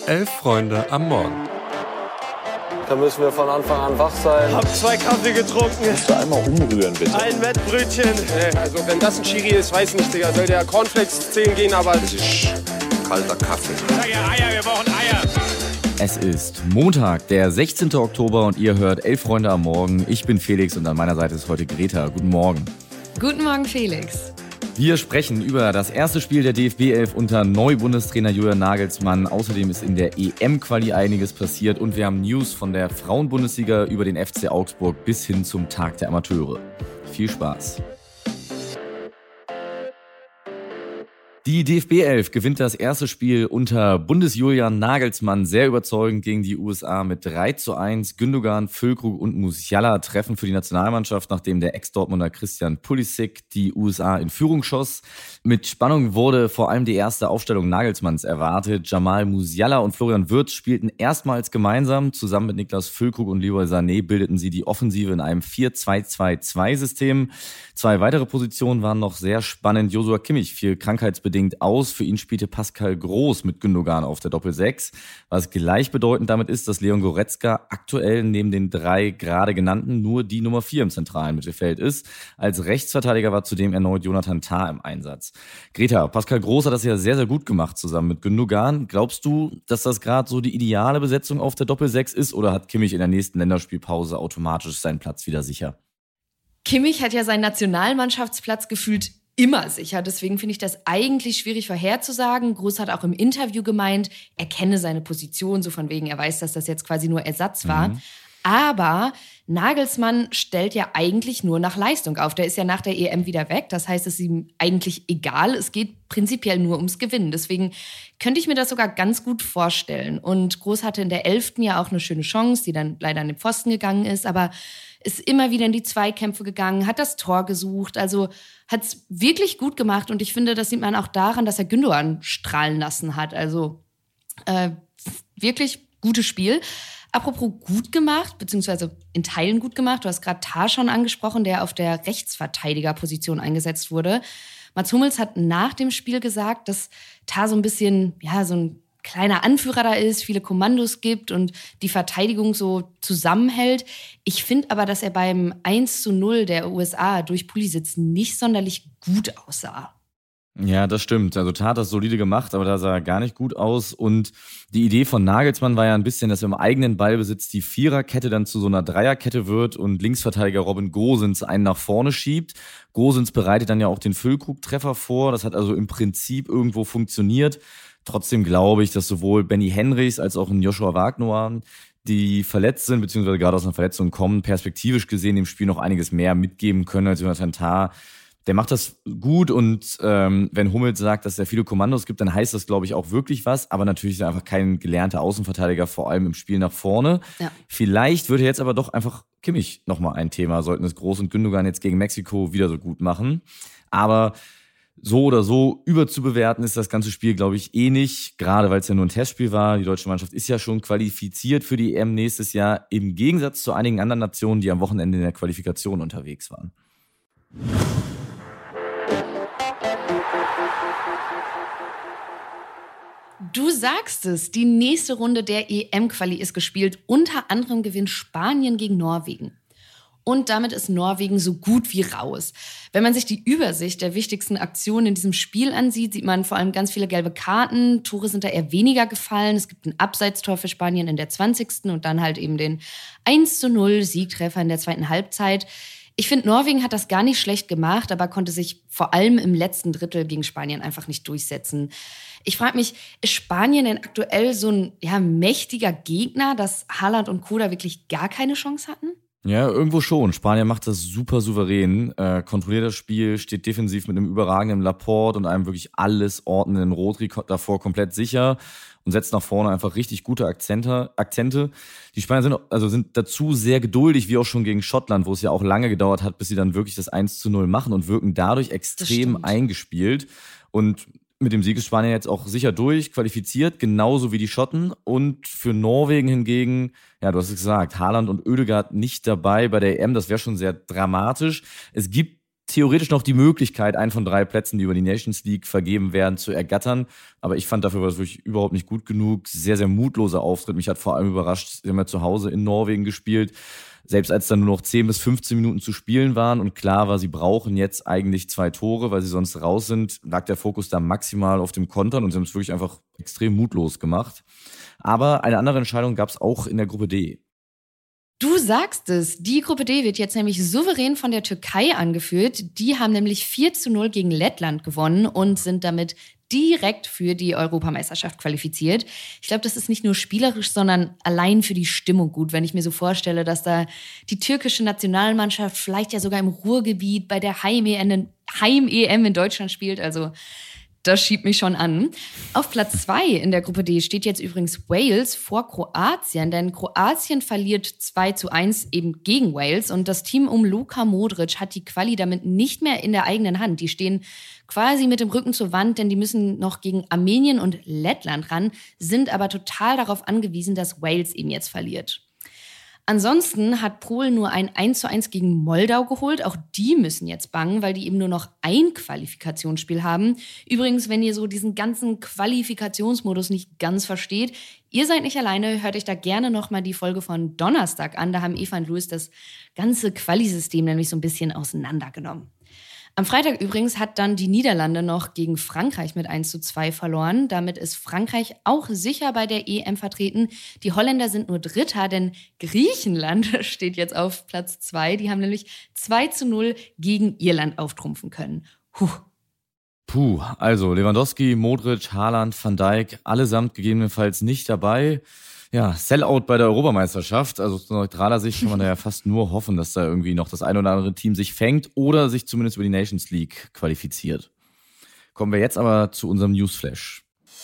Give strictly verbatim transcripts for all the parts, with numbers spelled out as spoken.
Elf Freunde am Morgen. Da müssen wir von Anfang an wach sein. Hab zwei Kaffee getrunken. Kannst du einmal umrühren, bitte? Ein Wettbrötchen. Also wenn das ein Schiri ist, weiß nicht, Digga. Soll der Cornflakes zählen gehen, aber... Das ist kalter Kaffee. Sag ja Eier, wir brauchen Eier. Es ist Montag, der sechzehnten Oktober und ihr hört Elf Freunde am Morgen. Ich bin Felix und an meiner Seite ist heute Greta. Guten Morgen. Guten Morgen, Felix. Wir sprechen über das erste Spiel der D F B elf unter Neu-Bundestrainer Julian Nagelsmann. Außerdem ist in der E M-Quali einiges passiert und wir haben News von der Frauenbundesliga über den F C Augsburg bis hin zum Tag der Amateure. Viel Spaß. Die D F B elf gewinnt das erste Spiel unter Bundes-Julian Nagelsmann sehr überzeugend gegen die U S A mit drei zu eins. Gündogan, Füllkrug und Musiala treffen für die Nationalmannschaft, nachdem der Ex-Dortmunder Christian Pulisic die U S A in Führung schoss. Mit Spannung wurde vor allem die erste Aufstellung Nagelsmanns erwartet. Jamal Musiala und Florian Wirtz spielten erstmals gemeinsam. Zusammen mit Niklas Füllkrug und Leroy Sané bildeten sie die Offensive in einem vier zwei zwei zwei System. Zwei weitere Positionen waren noch sehr spannend. Joshua Kimmich fiel krankheitsbedingt aus. Für ihn spielte Pascal Groß mit Gündogan auf der Doppel-Sechs, was gleichbedeutend damit ist, dass Leon Goretzka aktuell neben den drei gerade genannten nur die Nummer vier im zentralen Mittelfeld ist. Als Rechtsverteidiger war zudem erneut Jonathan Tah im Einsatz. Greta, Pascal Groß hat das ja sehr, sehr gut gemacht zusammen mit Gündogan. Glaubst du, dass das gerade so die ideale Besetzung auf der Doppel-Sechs ist oder hat Kimmich in der nächsten Länderspielpause automatisch seinen Platz wieder sicher? Kimmich hat ja seinen Nationalmannschaftsplatz gefühlt immer sicher. Deswegen finde ich das eigentlich schwierig vorherzusagen. Groß hat auch im Interview gemeint, er kenne seine Position, so von wegen, er weiß, dass das jetzt quasi nur Ersatz war. Mhm. Aber Nagelsmann stellt ja eigentlich nur nach Leistung auf. Der ist ja nach der E M wieder weg. Das heißt, es ist ihm eigentlich egal. Es geht prinzipiell nur ums Gewinnen. Deswegen könnte ich mir das sogar ganz gut vorstellen. Und Groß hatte in der elften ja auch eine schöne Chance, die dann leider an den Pfosten gegangen ist. Aber ist immer wieder in die Zweikämpfe gegangen, hat das Tor gesucht. Also hat es wirklich gut gemacht. Und ich finde, das sieht man auch daran, dass er Gündogan strahlen lassen hat. Also äh, wirklich gutes Spiel. Apropos gut gemacht, beziehungsweise in Teilen gut gemacht. Du hast gerade Tah schon angesprochen, der auf der Rechtsverteidigerposition eingesetzt wurde. Mats Hummels hat nach dem Spiel gesagt, dass Tah so ein bisschen, ja, so ein kleiner Anführer da ist, viele Kommandos gibt und die Verteidigung so zusammenhält. Ich finde aber, dass er beim eins zu null der U S A durch Pulisic nicht sonderlich gut aussah. Ja, das stimmt. Also Tah hat das solide gemacht, aber da sah er gar nicht gut aus. Und die Idee von Nagelsmann war ja ein bisschen, dass im eigenen Ballbesitz die Viererkette dann zu so einer Dreierkette wird und Linksverteidiger Robin Gosens einen nach vorne schiebt. Gosens bereitet dann ja auch den Füllkrug-Treffer vor. Das hat also im Prinzip irgendwo funktioniert. Trotzdem glaube ich, dass sowohl Benny Henrichs als auch ein Joshua Wagner, die verletzt sind, beziehungsweise gerade aus einer Verletzung kommen, perspektivisch gesehen dem Spiel noch einiges mehr mitgeben können als Jonathan Tah. Der macht das gut und ähm, wenn Hummels sagt, dass er viele Kommandos gibt, dann heißt das, glaube ich, auch wirklich was. Aber natürlich ist er einfach kein gelernter Außenverteidiger, vor allem im Spiel nach vorne. Ja. Vielleicht würde jetzt aber doch einfach Kimmich nochmal ein Thema, sollten es Groß und Gündogan jetzt gegen Mexiko wieder so gut machen. Aber so oder so überzubewerten ist das ganze Spiel, glaube ich, eh nicht. Gerade weil es ja nur ein Testspiel war. Die deutsche Mannschaft ist ja schon qualifiziert für die E M nächstes Jahr. Im Gegensatz zu einigen anderen Nationen, die am Wochenende in der Qualifikation unterwegs waren. Du sagst es, die nächste Runde der E M-Quali ist gespielt. Unter anderem gewinnt Spanien gegen Norwegen. Und damit ist Norwegen so gut wie raus. Wenn man sich die Übersicht der wichtigsten Aktionen in diesem Spiel ansieht, sieht man vor allem ganz viele gelbe Karten. Tore sind da eher weniger gefallen. Es gibt ein Abseitstor für Spanien in der zwanzigsten und dann halt eben den eins zu null Siegtreffer in der zweiten Halbzeit. Ich finde, Norwegen hat das gar nicht schlecht gemacht, aber konnte sich vor allem im letzten Drittel gegen Spanien einfach nicht durchsetzen. Ich frage mich, ist Spanien denn aktuell so ein ja, mächtiger Gegner, dass Haaland und Co. da wirklich gar keine Chance hatten? Ja, irgendwo schon. Spanien macht das super souverän, äh, kontrolliert das Spiel, steht defensiv mit einem überragenden Laporte und einem wirklich alles ordnenden Rodri davor komplett sicher und setzt nach vorne einfach richtig gute Akzente. Akzente. Die Spanier sind, also sind dazu sehr geduldig, wie auch schon gegen Schottland, wo es ja auch lange gedauert hat, bis sie dann wirklich das eins zu null machen und wirken dadurch extrem eingespielt. Und mit dem Sieg ist Spanien jetzt auch sicher durch, qualifiziert, genauso wie die Schotten. Und für Norwegen hingegen, ja, du hast es gesagt, Haaland und Ødegaard nicht dabei bei der E M, das wäre schon sehr dramatisch. Es gibt theoretisch noch die Möglichkeit, einen von drei Plätzen, die über die Nations League vergeben werden, zu ergattern. Aber ich fand, dafür war es wirklich überhaupt nicht gut genug. Sehr, sehr mutloser Auftritt. Mich hat vor allem überrascht, sie haben ja zu Hause in Norwegen gespielt. Selbst als dann nur noch zehn bis fünfzehn Minuten zu spielen waren und klar war, sie brauchen jetzt eigentlich zwei Tore, weil sie sonst raus sind, lag der Fokus da maximal auf dem Kontern und sie haben es wirklich einfach extrem mutlos gemacht. Aber eine andere Entscheidung gab es auch in der Gruppe D. Du sagst es, die Gruppe D wird jetzt nämlich souverän von der Türkei angeführt. Die haben nämlich vier zu null gegen Lettland gewonnen und sind damit direkt für die Europameisterschaft qualifiziert. Ich glaube, das ist nicht nur spielerisch, sondern allein für die Stimmung gut, wenn ich mir so vorstelle, dass da die türkische Nationalmannschaft vielleicht ja sogar im Ruhrgebiet bei der Heim-E M Heim-E M in Deutschland spielt. Also das schiebt mich schon an. Auf Platz zwei in der Gruppe D steht jetzt übrigens Wales vor Kroatien, denn Kroatien verliert zwei zu eins eben gegen Wales und das Team um Luka Modric hat die Quali damit nicht mehr in der eigenen Hand. Die stehen quasi mit dem Rücken zur Wand, denn die müssen noch gegen Armenien und Lettland ran, sind aber total darauf angewiesen, dass Wales eben jetzt verliert. Ansonsten hat Polen nur ein eins zu eins gegen Moldau geholt. Auch die müssen jetzt bangen, weil die eben nur noch ein Qualifikationsspiel haben. Übrigens, wenn ihr so diesen ganzen Qualifikationsmodus nicht ganz versteht, ihr seid nicht alleine, hört euch da gerne nochmal die Folge von Donnerstag an. Da haben Eva und Louis das ganze Quali-System nämlich so ein bisschen auseinandergenommen. Am Freitag übrigens hat dann die Niederlande noch gegen Frankreich mit eins zu zwei verloren. Damit ist Frankreich auch sicher bei der E M vertreten. Die Holländer sind nur Dritter, denn Griechenland steht jetzt auf Platz zwei. Die haben nämlich zwei zu null gegen Irland auftrumpfen können. Puh. Puh, also Lewandowski, Modric, Haaland, Van Dijk, allesamt gegebenenfalls nicht dabei. Ja, Sellout bei der Europameisterschaft. Also aus neutraler Sicht kann man da ja fast nur hoffen, dass da irgendwie noch das ein oder andere Team sich fängt oder sich zumindest über die Nations League qualifiziert. Kommen wir jetzt aber zu unserem Newsflash.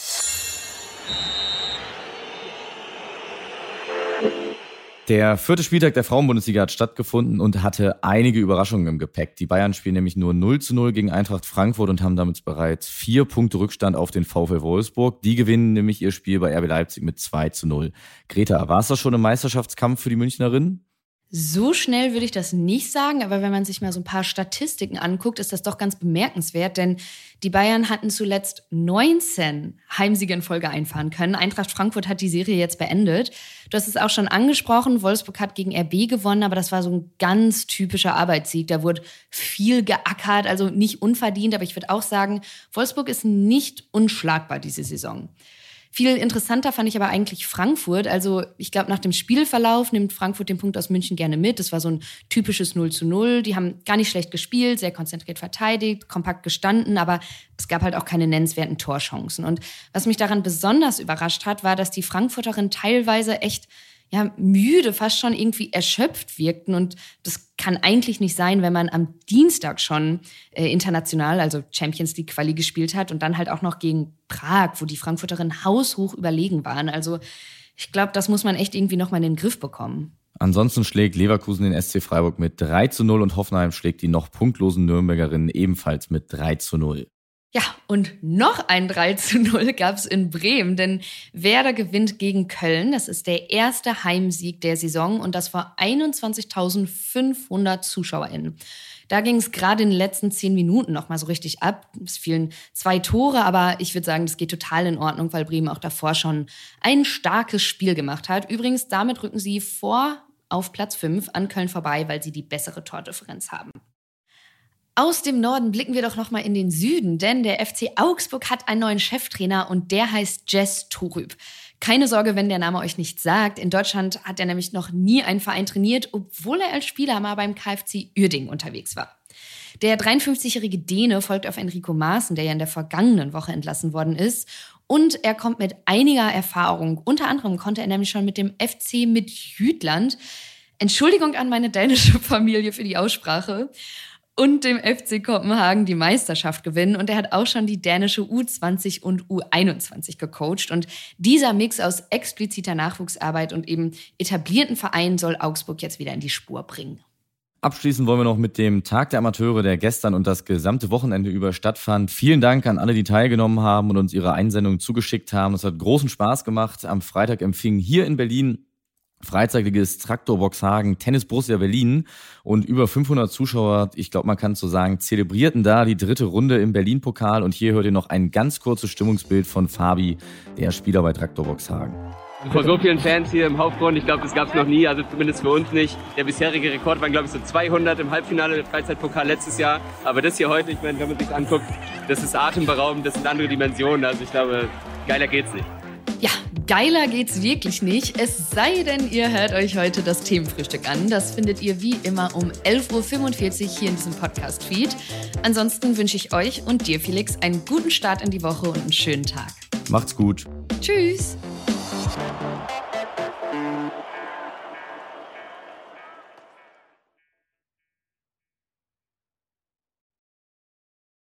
Der vierte Spieltag der Frauenbundesliga hat stattgefunden und hatte einige Überraschungen im Gepäck. Die Bayern spielen nämlich nur null zu null gegen Eintracht Frankfurt und haben damit bereits vier Punkte Rückstand auf den VfL Wolfsburg. Die gewinnen nämlich ihr Spiel bei R B Leipzig mit zwei zu null. Greta, war es das schon im Meisterschaftskampf für die Münchnerinnen? So schnell würde ich das nicht sagen, aber wenn man sich mal so ein paar Statistiken anguckt, ist das doch ganz bemerkenswert, denn die Bayern hatten zuletzt neunzehn Heimsiege in Folge einfahren können. Eintracht Frankfurt hat die Serie jetzt beendet. Du hast es auch schon angesprochen, Wolfsburg hat gegen R B gewonnen, aber das war so ein ganz typischer Arbeitssieg. Da wurde viel geackert, also nicht unverdient, aber ich würde auch sagen, Wolfsburg ist nicht unschlagbar diese Saison. Viel interessanter fand ich aber eigentlich Frankfurt. Also ich glaube, nach dem Spielverlauf nimmt Frankfurt den Punkt aus München gerne mit. Das war so ein typisches null zu null. Die haben gar nicht schlecht gespielt, sehr konzentriert verteidigt, kompakt gestanden, aber es gab halt auch keine nennenswerten Torchancen. Und was mich daran besonders überrascht hat, war, dass die Frankfurterinnen teilweise echt ja, müde, fast schon irgendwie erschöpft wirkten. Und das kann eigentlich nicht sein, wenn man am Dienstag schon äh, international, also Champions League Quali gespielt hat und dann halt auch noch gegen Prag, wo die Frankfurterinnen haushoch überlegen waren. Also ich glaube, das muss man echt irgendwie nochmal in den Griff bekommen. Ansonsten schlägt Leverkusen den S C Freiburg mit drei zu null und Hoffenheim schlägt die noch punktlosen Nürnbergerinnen ebenfalls mit drei zu null. Ja, und noch ein drei zu null gab es in Bremen, denn Werder gewinnt gegen Köln. Das ist der erste Heimsieg der Saison und das vor einundzwanzigtausendfünfhundert ZuschauerInnen. Da ging es gerade in den letzten zehn Minuten noch mal so richtig ab. Es fielen zwei Tore, aber ich würde sagen, das geht total in Ordnung, weil Bremen auch davor schon ein starkes Spiel gemacht hat. Übrigens, damit rücken sie vor auf Platz fünf an Köln vorbei, weil sie die bessere Tordifferenz haben. Aus dem Norden blicken wir doch noch mal in den Süden, denn der F C Augsburg hat einen neuen Cheftrainer und der heißt Jess Torup. Keine Sorge, wenn der Name euch nichts sagt. In Deutschland hat er nämlich noch nie einen Verein trainiert, obwohl er als Spieler mal beim K F C Uerdingen unterwegs war. Der dreiundfünfzigjährige Däne folgt auf Enrico Maaßen, der ja in der vergangenen Woche entlassen worden ist. Und er kommt mit einiger Erfahrung. Unter anderem konnte er nämlich schon mit dem F C Midtjylland, Entschuldigung an meine dänische Familie für die Aussprache, und dem F C Kopenhagen die Meisterschaft gewinnen. Und er hat auch schon die dänische U zwanzig und U einundzwanzig gecoacht. Und dieser Mix aus expliziter Nachwuchsarbeit und eben etablierten Vereinen soll Augsburg jetzt wieder in die Spur bringen. Abschließen wollen wir noch mit dem Tag der Amateure, der gestern und das gesamte Wochenende über stattfand. Vielen Dank an alle, die teilgenommen haben und uns ihre Einsendungen zugeschickt haben. Es hat großen Spaß gemacht. Am Freitag empfing hier in Berlin Freizeitligist Traktor Boxhagen, Tennis Borussia Berlin und über fünfhundert Zuschauer, ich glaube, man kann es so sagen, zelebrierten da die dritte Runde im Berlin-Pokal. Und hier hört ihr noch ein ganz kurzes Stimmungsbild von Fabi, der Spieler bei Traktor Boxhagen. Vor so vielen Fans hier im Hauptgrund, ich glaube, das gab es noch nie, also zumindest für uns nicht. Der bisherige Rekord waren, glaube ich, so zweihundert im Halbfinale der Freizeitpokal letztes Jahr. Aber das hier heute, ich meine, wenn man sich anguckt, das ist atemberaubend, das sind andere Dimensionen. Also ich glaube, geiler geht's nicht. Ja, geiler geht's wirklich nicht. Es sei denn, ihr hört euch heute das Themenfrühstück an. Das findet ihr wie immer um elf Uhr fünfundvierzig hier in diesem Podcast-Feed. Ansonsten wünsche ich euch und dir, Felix, einen guten Start in die Woche und einen schönen Tag. Macht's gut. Tschüss. Thank you.